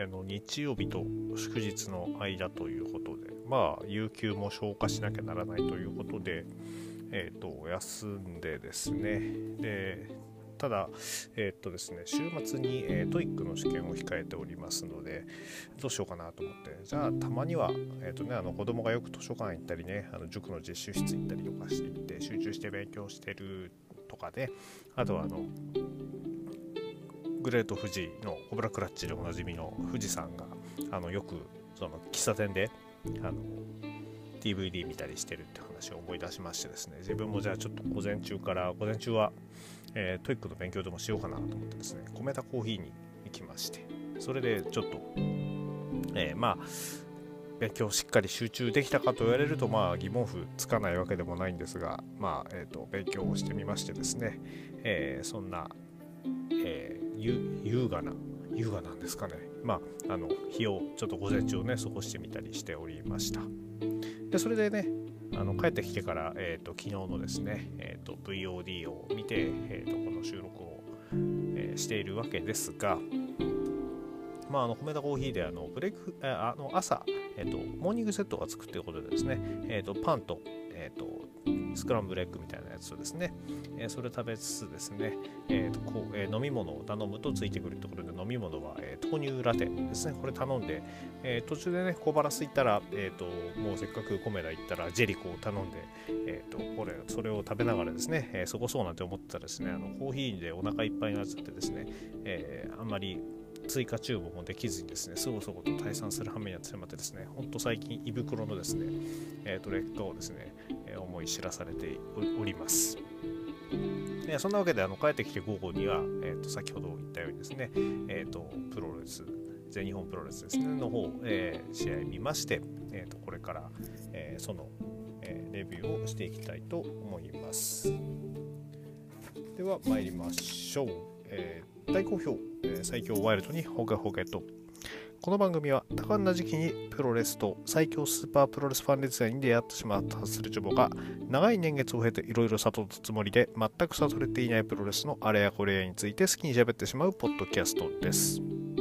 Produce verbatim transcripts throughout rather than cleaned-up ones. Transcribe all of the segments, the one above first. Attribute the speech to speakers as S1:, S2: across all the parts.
S1: あの日曜日と祝日の間ということで、まあ有給も消化しなきゃならないということで、えー、と休んでですね、でただ、えーとですね、週末に、えー、トイックの試験を控えておりますので、どうしようかなと思って、じゃあたまには、えーとね、あの子供がよく図書館行ったりね、あの塾の実習室行ったりとかしていって集中して勉強してるとかで、あとはあのグレート富士のコブラクラッチでおなじみの富士さんがあのよくその喫茶店であの ディーブイディー 見たりしてるって話を思い出しましてですね、自分もじゃあちょっと午前中から午前中は、えー、トイックの勉強でもしようかなと思ってですね、コメタコーヒーに行きまして、それでちょっと、えー、まあ勉強しっかり集中できたかと言われると、まあ疑問符つかないわけでもないんですが、まあ、えーと、勉強をしてみましてですね、えー、そんな、えー、優雅な優雅なんですかね、まああの日をちょっと午前中をね過ごしてみたりしておりました。でそれでね、あの帰ってきてから、えーと、昨日のですね、えーと、ブイオーディー を見て、えーと、この収録を、えー、しているわけですが、まあ、あのコメダコーヒーであのブレイクあの朝、えーと、モーニングセットがつくということでですね、えーと、パンと、えーと、スクランブルエッグみたいなやつをですね、えー、それを食べつつですね、えーとこうえー、飲み物を頼むとついてくるところで、飲み物は、えー、豆乳ラテですね、これ頼んで、えー、途中でね小腹空いたら、えーと、もうせっかくコメダ行ったらジェリコを頼んで、えーと、これそれを食べながらですね、えー、過ごそうなんて思ってたらですね、あのコーヒーでお腹いっぱいになっちゃってですね、えー、あんまり追加注文もできずにですね、すごそごと退散する羽目になってしまってですね、ほんと最近胃袋のですね、えー、と劣化をですね、えー、思い知らされております。でそんなわけであの帰ってきて午後には、えー、と先ほど言ったようにですね、えー、とプロレス全日本プロレスですねの方、えー、試合見まして、えー、とこれから、えー、その、えー、レビューをしていきたいと思います。では参りましょう。えー、大好評、えー、最強ワイルドにホゲホゲと。この番組は多感な時期にプロレスと最強スーパープロレスファン列伝に出会ってしまったハッスルジョボが長い年月を経ていろいろ悟ったつもりで全く悟れていないプロレスのあれやこれやについて好きに喋ってしまうポッドキャストです。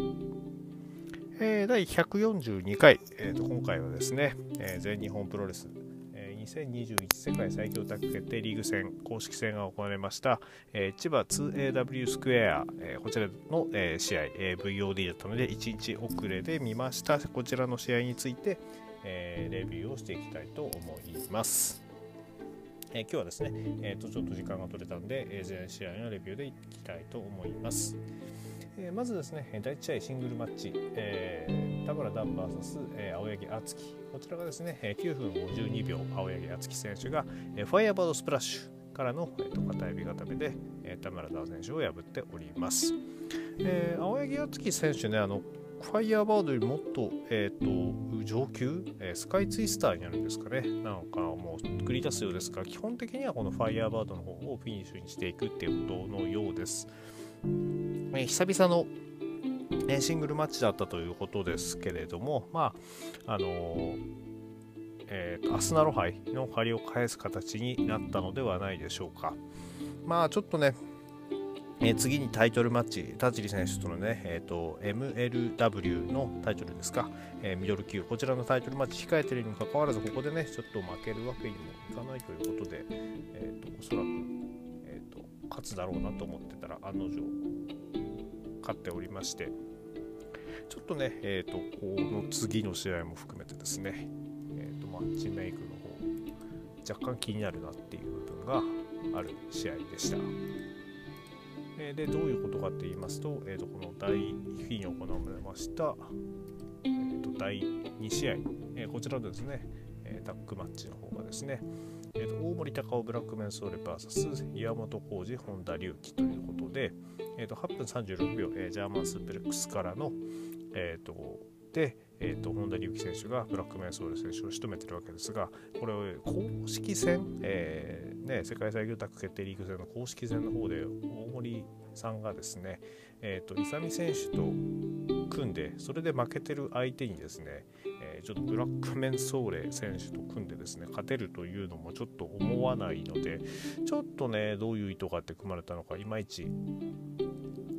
S1: えー、だいひゃくよんじゅうにかい、えー、と今回はですね、えー、全日本プロレスにせんにじゅういち世界最強タッグ決定リーグ戦公式戦が行われました、えー、千葉 ツーエーダブリュー スクエア、えー、こちらの、えー、試合、えー、ブイオーディー だったのでいちにち遅れで見ました。こちらの試合について、えー、レビューをしていきたいと思います。えー、今日はですね、えー、とちょっと時間が取れたので、えー、全試合のレビューでいきたいと思います。えー、まずですね、だいいち試合シングルマッチ、えー、田村ダン ブイエス、えー、青柳敦樹、こちらがですねきゅうふんごじゅうにびょう、青柳敦樹選手が、えー、ファイアバードスプラッシュからの、えー、と片指固めで、えー、田村ダン選手を破っております。えー、青柳敦樹選手ね、あのファイアーバードよりもっと、えー、と上級、えー、スカイツイスターになるんですかね、なんかもう繰り出すようですが、基本的にはこのファイアーバードの方をフィニッシュにしていくっていうことのようです。えー、久々の、えー、シングルマッチだったということですけれども、まああのーえー、とアスナロ杯の借りを返す形になったのではないでしょうか。まあちょっとね、えー、次にタイトルマッチ、田尻選手とのね、えー、と エムエルダブリュー のタイトルですか、えー、ミドル級、こちらのタイトルマッチ控えているにもかかわらず、ここでね、ちょっと負けるわけにもいかないということで、えー、とおそらく、えー、と勝つだろうなと思ってたら、案の定、勝っておりまして、ちょっとね、えー、とこの次の試合も含めてですね、えー、とマッチメイクの方、若干気になるなっていう部分がある試合でした。でどういうことかって言いますと、えー、とこの第日に行われました、えー、とだいに試合、えー、こちらでですね、えー、タッグマッチの方がですね、えー、と大森隆夫ブラックメンソーレ ブイエス 岩本浩二本田隆起ということで、えー、とはっぷんさんじゅうろくびょう、えー、ジャーマンスープレックスからの、えー、とで、えー、と本田隆起選手がブラックメンソーレ選手を仕留めているわけですが、これを公式戦、えーね、世界最強タッグ決定リーグ戦の公式戦の方で大森さんがですね、えー、と勇選手と組んで、それで負けてる相手にですね、えー、ちょっとブラックメンソーレ選手と組んでですね勝てるというのもちょっと思わないので、ちょっとねどういう意図があって組まれたのかいまいち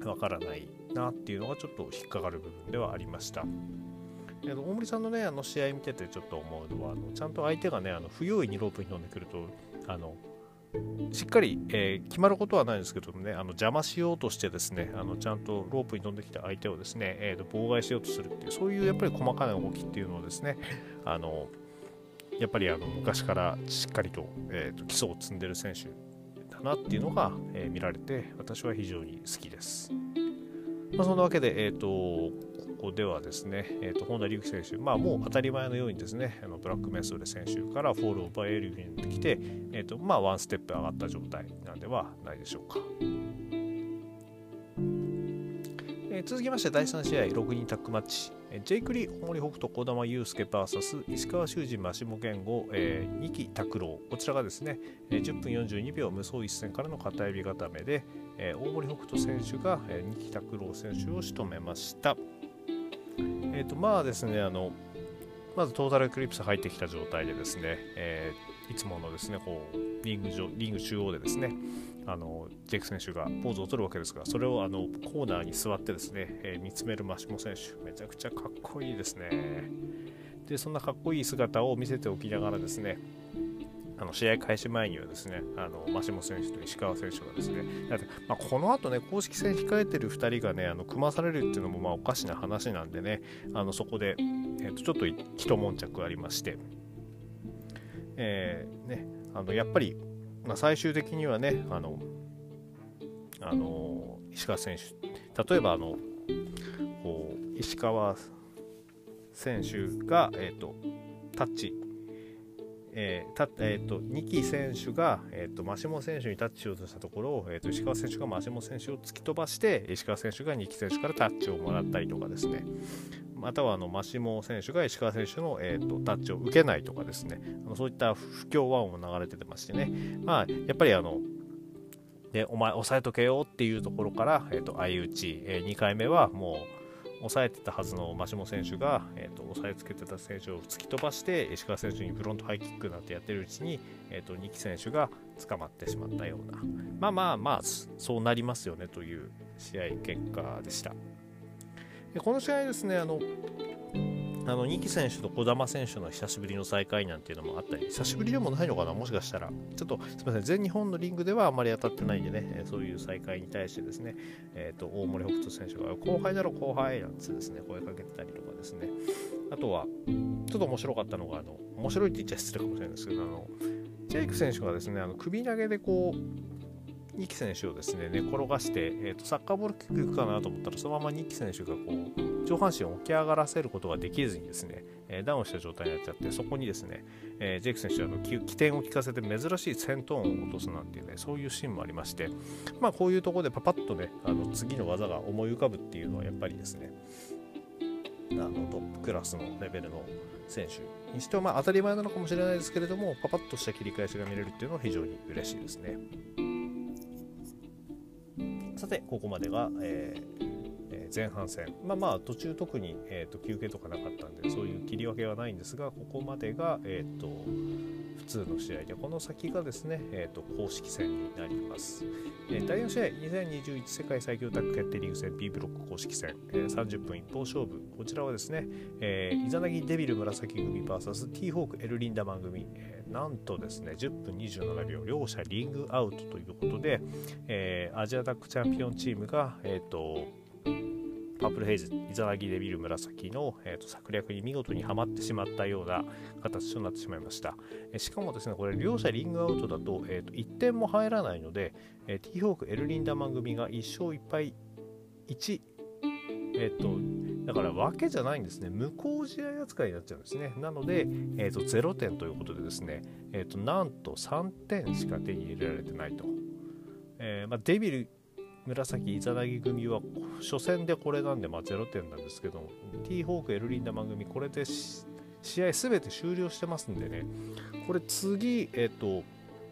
S1: わからないなっていうのがちょっと引っかかる部分ではありました。えー、と大森さんのねあの試合見ててちょっと思うのはあのちゃんと相手がねあの不用意にロープに飛んでくるとあのしっかり、えー、決まることはないんですけどもねあの邪魔しようとしてですねあのちゃんとロープに飛んできた相手をですね、えー、と妨害しようとするっていうそういうやっぱり細かな動きっていうのをですねあのやっぱりあの昔からしっかりと、えー、と基礎を積んでる選手だなっていうのが、えー、見られて私は非常に好きです。まあ、そんなわけで、えー、とここではですね、えー、と本田隆起選手、まあ、もう当たり前のようにですねあのブラックメンソーレ選手からフォールを奪えるようになってきて、えーとまあ、ワンステップ上がった状態なんではないでしょうか。えー、続きましてだいさん試合ろくにんタッグマッチ、えー、ジェイク・リー、大森北斗、児玉悠介 ブイエス 石川修司、真下健吾、えー、二木拓郎、こちらがですね、えー、じゅっぷんよんじゅうにびょう無双一戦からの片指固めで、えー、大森北斗選手が、えー、二木拓郎選手を仕留めました。えーとまあですねあのまずトータルエクリプス入ってきた状態でですね、えー、いつものですねこうリング上リング中央でですねあのジェイク選手がポーズを取るわけですがそれをあのコーナーに座ってですね、えー、見つめる真下選手めちゃくちゃかっこいいですね。でそんなかっこいい姿を見せておきながらですねあの試合開始前にはですねあの真下選手と石川選手がですねだって、まあ、この後ね公式戦控えてるふたりがねあの組まされるっていうのもまあおかしな話なんでねあのそこで、えー、とちょっと一悶着ありまして、えーね、あのやっぱり、まあ、最終的にはねあのあの石川選手例えばあのこう石川選手が、えー、とタッチえーたえー、と二木選手が、えー、と真下選手にタッチしようとしたところを、えー、と石川選手が真下選手を突き飛ばして石川選手が二木選手からタッチをもらったりとかですねまたはあの真下選手が石川選手の、えー、とタッチを受けないとかですねあのそういった不協和音も流れててましてねまあやっぱりあのでお前抑えとけよっていうところから、えー、と相打ち、えー、にかいめはもう抑えてたはずの真下選手が、えー、と抑えつけてた選手を突き飛ばして石川選手にフロントハイキックなんてやってるうちに、えー、と二木選手が捕まってしまったようなまあまあまあそうなりますよねという試合結果でした。でこの試合ですねあのあの二木選手と児玉選手の久しぶりの再会なんていうのもあったり久しぶりでもないのかなもしかしたらちょっとすみません全日本のリングではあまり当たってないんでねそういう再会に対してですね、えー、と大森北斗選手が後輩だろ後輩なんてですね声かけてたりとかですねあとはちょっと面白かったのがあの面白いって言っちゃ失礼かもしれないんですけどあのジェイク選手がですねあの首投げでこう二木選手をですね寝転がして、えー、とサッカーボールキックいくかなと思ったらそのまま二木選手がこう上半身を起き上がらせることができずにですね、えー、ダウンした状態になっちゃってそこにですね、えー、ジェイク選手はあの起点を利かせて珍しい戦闘音を落とすなんていうねそういうシーンもありましてまあこういうところでパパッとねあの次の技が思い浮かぶっていうのはやっぱりですねあのトップクラスのレベルの選手にしてはまあ当たり前なのかもしれないですけれどもパパッとした切り返しが見れるっていうのは非常に嬉しいですね。さてここまでが、えーえー、前半戦まあまあ途中特に、えー、と休憩とかなかったんでそういう切り分けはないんですがここまでが、えー、と普通の試合でこの先がですね、えー、と公式戦になります、えー、だいよん試合にせんにじゅういち世界最強タッグ決定リーグ戦 B ブロック公式戦、えー、さんじゅっぷん一方勝負こちらはですね、えー、イザナギデビル紫組 ブイエス ティーホークエルリンダマン組、えー、なんとですねじゅっぷんにじゅうななびょう両者リングアウトということで、えー、アジアタッグチャンピオンチームが、えー、とパープルヘイズイザナギデビル紫の、えー、と策略に見事にはまってしまったような形となってしまいました。えー、しかもですねこれ両者リングアウトだと、えー、といってんも入らないので、えー、ティーホークエルリンダマン組がいっしょういっぱいいちえっ、ー、とだからわけじゃないんですね無効試合扱いになっちゃうんですねなので、えー、とゼロてんということでですね、えー、となんとさんてんしか手に入れられてないと、えーまあ、デビル紫イザナギ組は初戦でこれなんで、まあ、ゼロてんなんですけど T ホークエルリンダマン組これで試合すべて終了してますんでねこれ次えっ、ー、と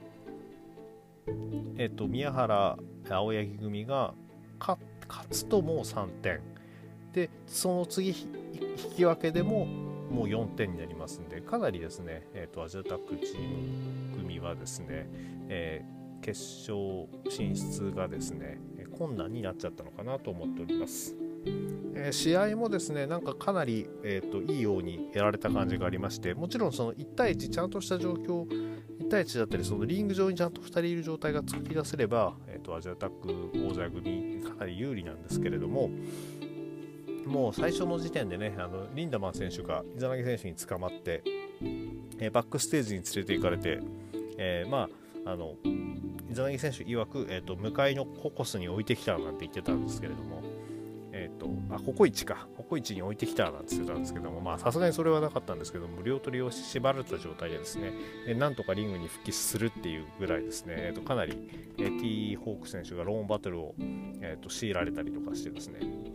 S1: えっ、ー、と宮原青柳組が勝つともうさんてんでその次引き分けでももうよんてんになりますんでかなりですね、えー、とアジアタックチーム組はですね、えー、決勝進出がですね困難になっちゃったのかなと思っております。えー、試合もですね、なんかかなり、えーと、いいようにやられた感じがありまして、もちろんそのいち対いちちゃんとした状況、いち対いちだったり、そのリング上にちゃんとふたりいる状態が作り出せれば、えーと、アジアタック王座組かなり有利なんですけれども、もう最初の時点でね、あのリンダマン選手がイザナギ選手に捕まって、えー、バックステージに連れて行かれて、えー、まああのイザナギ選手曰く、えーと、向かいのココスに置いてきたなんて言ってたんですけれども、えーと、あココイチかココイチに置いてきたなんて言ってたんですけども、まあさすがにそれはなかったんですけども、両取りを縛られた状態でですね、えー、なんとかリングに復帰するっていうぐらいですね、えーと、かなり、えー、T ホーク選手がローンバトルを、えーと、強いられたりとかしてですね、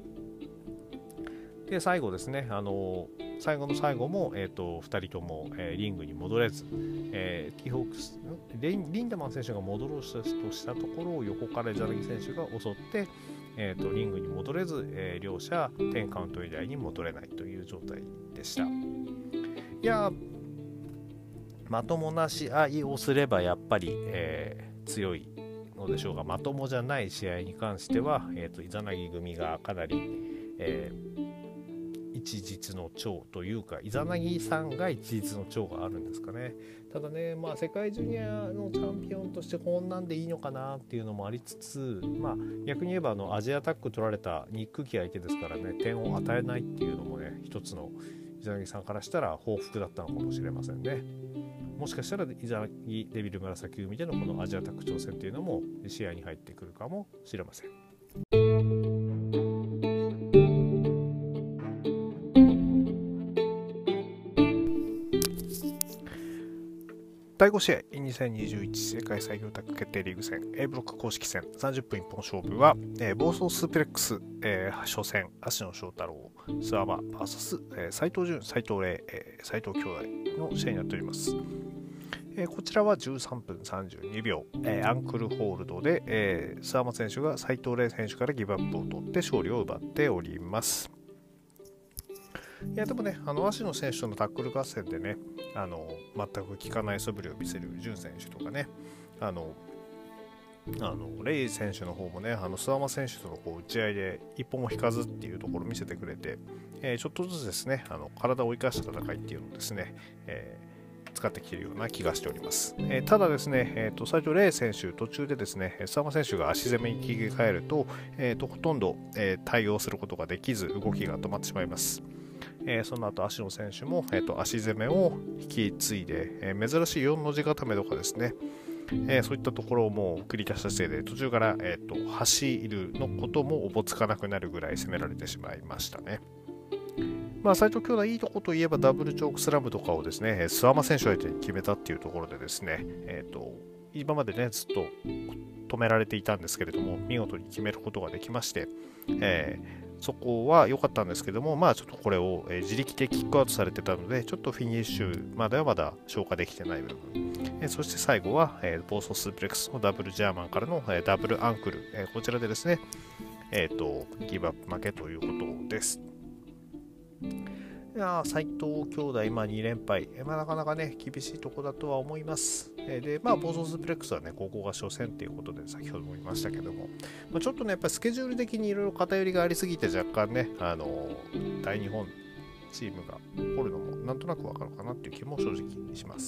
S1: で最後ですね、あのー、最後の最後も、えー、とふたりとも、えー、リングに戻れず、えー、T ホークスリン、リンダマン選手が戻ろうとしたところを横からイザナギ選手が襲って、えー、とリングに戻れず、えー、両者じゅうカウント以内に戻れないという状態でした。いやまともな試合をすればやっぱり、えー、強いのでしょうが、まともじゃない試合に関しては、えー、とイザナギ組がかなり、えー一日の長というか、イザナギさんが一日の長があるんですかね。ただね、まあ、世界ジュニアのチャンピオンとしてこんなんでいいのかなっていうのもありつつ、まあ、逆に言えばあのアジアタック取られたニックキ相手ですからね、点を与えないっていうのもね、一つのイザナギさんからしたら報復だったのかもしれませんね。もしかしたらイザナギデビル紫組でのこのアジアタック挑戦っていうのも試合に入ってくるかもしれません。だいご試合、にせんにじゅういち世界最強タッグ決定リーグ戦 A ブロック公式戦さんじゅっぷん一本勝負は、えー、暴走スープレックス、えー、初戦、芦野翔太郎、スワバ ブイエス、えー、斉藤潤、斉藤麗、えー、斉藤兄弟の試合になっております。えー、こちらはじゅうさんぷんさんじゅうにびょう、えー、アンクルホールドで、えー、スワバ選手が斉藤麗選手からギブアップを取って勝利を奪っております。いやでもね、あの芦野選手とのタックル合戦でね、あの全く効かない素振りを見せる潤選手とかね、あのあのレイ選手の方もね、あの諏訪間選手とのこう打ち合いで一本も引かずっていうところを見せてくれて、えー、ちょっとずつですね、あの体を生かした戦いっていうのをですね、えー、使ってきているような気がしております。えー、ただですね、えー、と最初レイ選手途中でですね、諏訪間選手が足攻めに切り替えると、えー、とほとんど、えー、対応することができず動きが止まってしまいます。えー、その後芦野選手も、えー、と足攻めを引き継いで、えー、珍しいよんの字固めとかですね、えー、そういったところをもう繰り返したせいで途中から、えー、と走るのこともおぼつかなくなるぐらい攻められてしまいましたね。まあ、斉藤兄弟いいとこといえばダブルチョークスラムとかをですね、諏訪間選手相手に決めたっていうところでですね、えー、と今までねずっと止められていたんですけれども、見事に決めることができまして、えーそこは良かったんですけども、まあちょっとこれを、えー、自力でキックアウトされてたので、ちょっとフィニッシュまではまだ消化できてない部分、えー、そして最後は、えー、暴走スープレックスのダブルジャーマンからの、えー、ダブルアンクル、えー、こちらでですね、えーと、ギブアップ負けということです。いや斉藤兄弟、まあ、に連敗、まあ、なかなかね厳しいところだとは思います。で、まあ、暴走スープレックスはね、ここが初戦ということで先ほども言いましたけども、まあ、ちょっとねやっぱりスケジュール的にいろいろ偏りがありすぎて若干ね、あの大日本チームが掘るのもなんとなくわかるかなっていう気も正直します。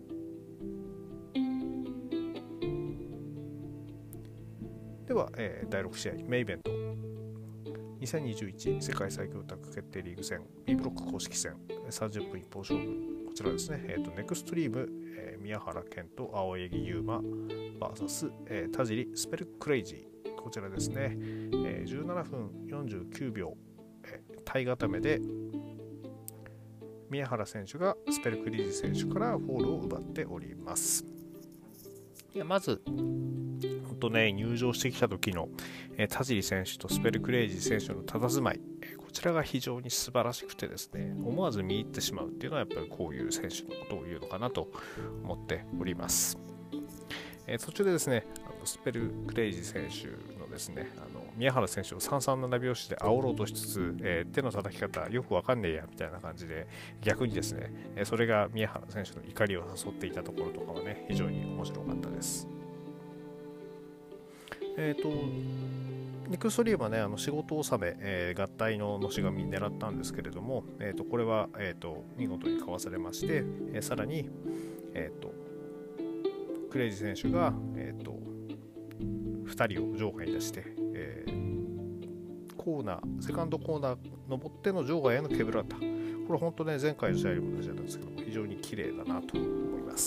S1: では、えー、だいろく試合メインイベントにせんにじゅういち世界最強タッグ決定リーグ戦 B ブロック公式戦さんじゅっぷん一本勝負、こちらですね、えーと、ネクストリーム、えー、宮原健と青柳優馬 ブイエス、えー、田尻スペルクレイジー、こちらですね、えー、じゅうななふんよんじゅうきゅうびょう、えー、体固めで宮原選手がスペルクレイジー選手からフォールを奪っております。いやまずとね、入場してきた時の、えー、田尻選手とスペルクレイジー選手の佇まい、えー、こちらが非常に素晴らしくてですね、思わず見入ってしまうっていうのはやっぱりこういう選手のことを言うのかなと思っております。えー、途中でですね、あのスペルクレイジー選手のですね、あの宮原選手をさんさんなな拍子で煽ろうとしつつ、えー、手の叩き方よくわかんねえやみたいな感じで、逆にですね、えー、それが宮原選手の怒りを誘っていたところとかはね、非常に面白かったです。えーとネクストリームはね、あの仕事納め、えー合体ののし紙狙ったんですけれども、えー、とこれは、えー、と見事にかわされまして、えーさらに、えー、とクレイジー選手が、えー、とふたりを場外に出して、えーコーナー、セカンドコーナー登っての場外へのケーブルアター。これ本当ね、前回の試合よりも同じなんですけども、非常に綺麗だなと思います。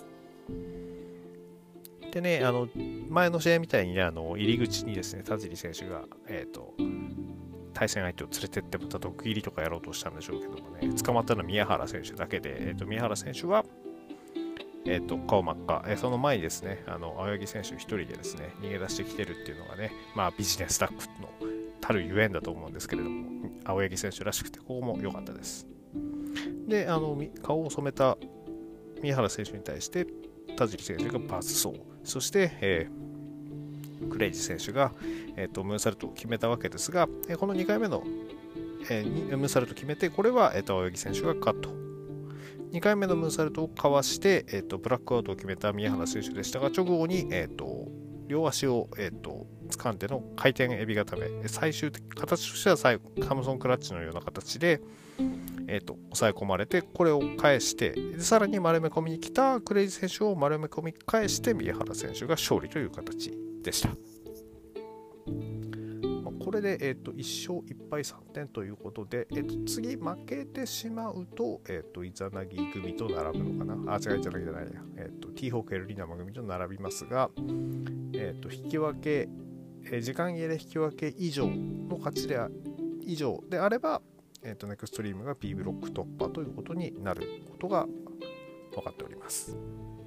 S1: でね、あの前の試合みたいにね、あの入り口にですね、田尻選手が、えー、と対戦相手を連れてってまた毒入りとかやろうとしたんでしょうけどもね、捕まったのは宮原選手だけで、えー、と宮原選手は、えー、と顔真っ赤、えー、その前にですね、あの青柳選手一人でですね、逃げ出してきてるっていうのがね、まあビジネスタッフのたるゆえんだと思うんですけれども、青柳選手らしくて、ここも良かったです。で、あの顔を染めた宮原選手に対して田尻選手がパス走、そして、えー、クレイジー選手が、えー、とムーンサルトを決めたわけですが、えー、このにかいめの、えー、ムーンサルトを決めて、これは、えー、と青柳選手がカット、にかいめのムーンサルトをかわして、えー、とブラックアウトを決めた宮原選手でしたが、直後に、えー、と両足を、えー、と掴んでの回転エビ固め、最終的形としては最後ハムソンクラッチのような形で、えー、と抑え込まれて、これを返して、でさらに丸め込みに来たクレイジー選手を丸め込み返して、宮原選手が勝利という形でした。これで、えー、といっ勝いっ敗さんてんということで、えー、と次負けてしまうと、えー、とイザナギ組と並ぶのかな、あ、違う、イザナギじゃないや、えー、と T ホークエルリナマ組と並びますが、えー、と引き分け、えー、時間切れ引き分け以上の勝ちであ以上であれば、えー、とネクストリームが B ブロック突破ということになることが分かっております。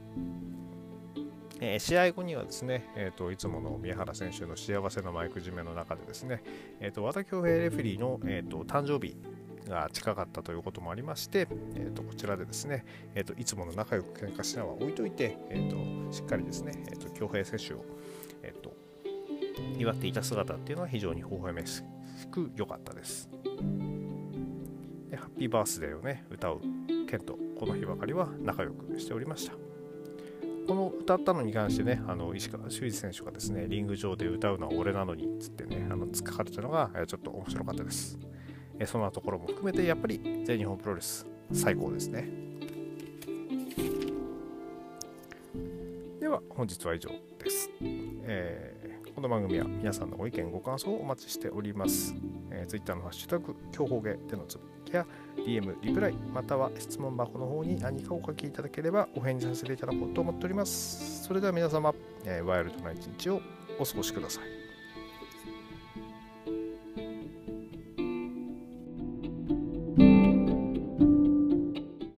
S1: えー、試合後にはですね、えー、といつもの宮原選手の幸せのマイク締めの中でですね、えー、と和田恭平レフェリーの、えー、と誕生日が近かったということもありまして、えー、とこちらでですね、えー、といつもの仲良く喧嘩しなは置いといて、えー、としっかりですね、えー、と恭平選手を、えー、と祝っていた姿っていうのは非常に微笑ましく良かったです。でハッピーバースデーをね歌うケンとこの日ばかりは仲良くしておりました。この歌ったのに関してね、あの石川修司選手がですね、リング上で歌うのは俺なのにつってね、あの突っかかれたのがちょっと面白かったです。えそんなところも含めてやっぱり全日本プロレス最高ですね。では本日は以上です。えー、この番組は皆さんのご意見ご感想をお待ちしております。えー、Twitter のハッシュタグ強方芸でのつぶやきや ディーエム リプライまたは質問箱の方に何かお書きいただければお返事させていただこうと思っております。それでは皆様、えー、ワイルドな一日をお過ごしください。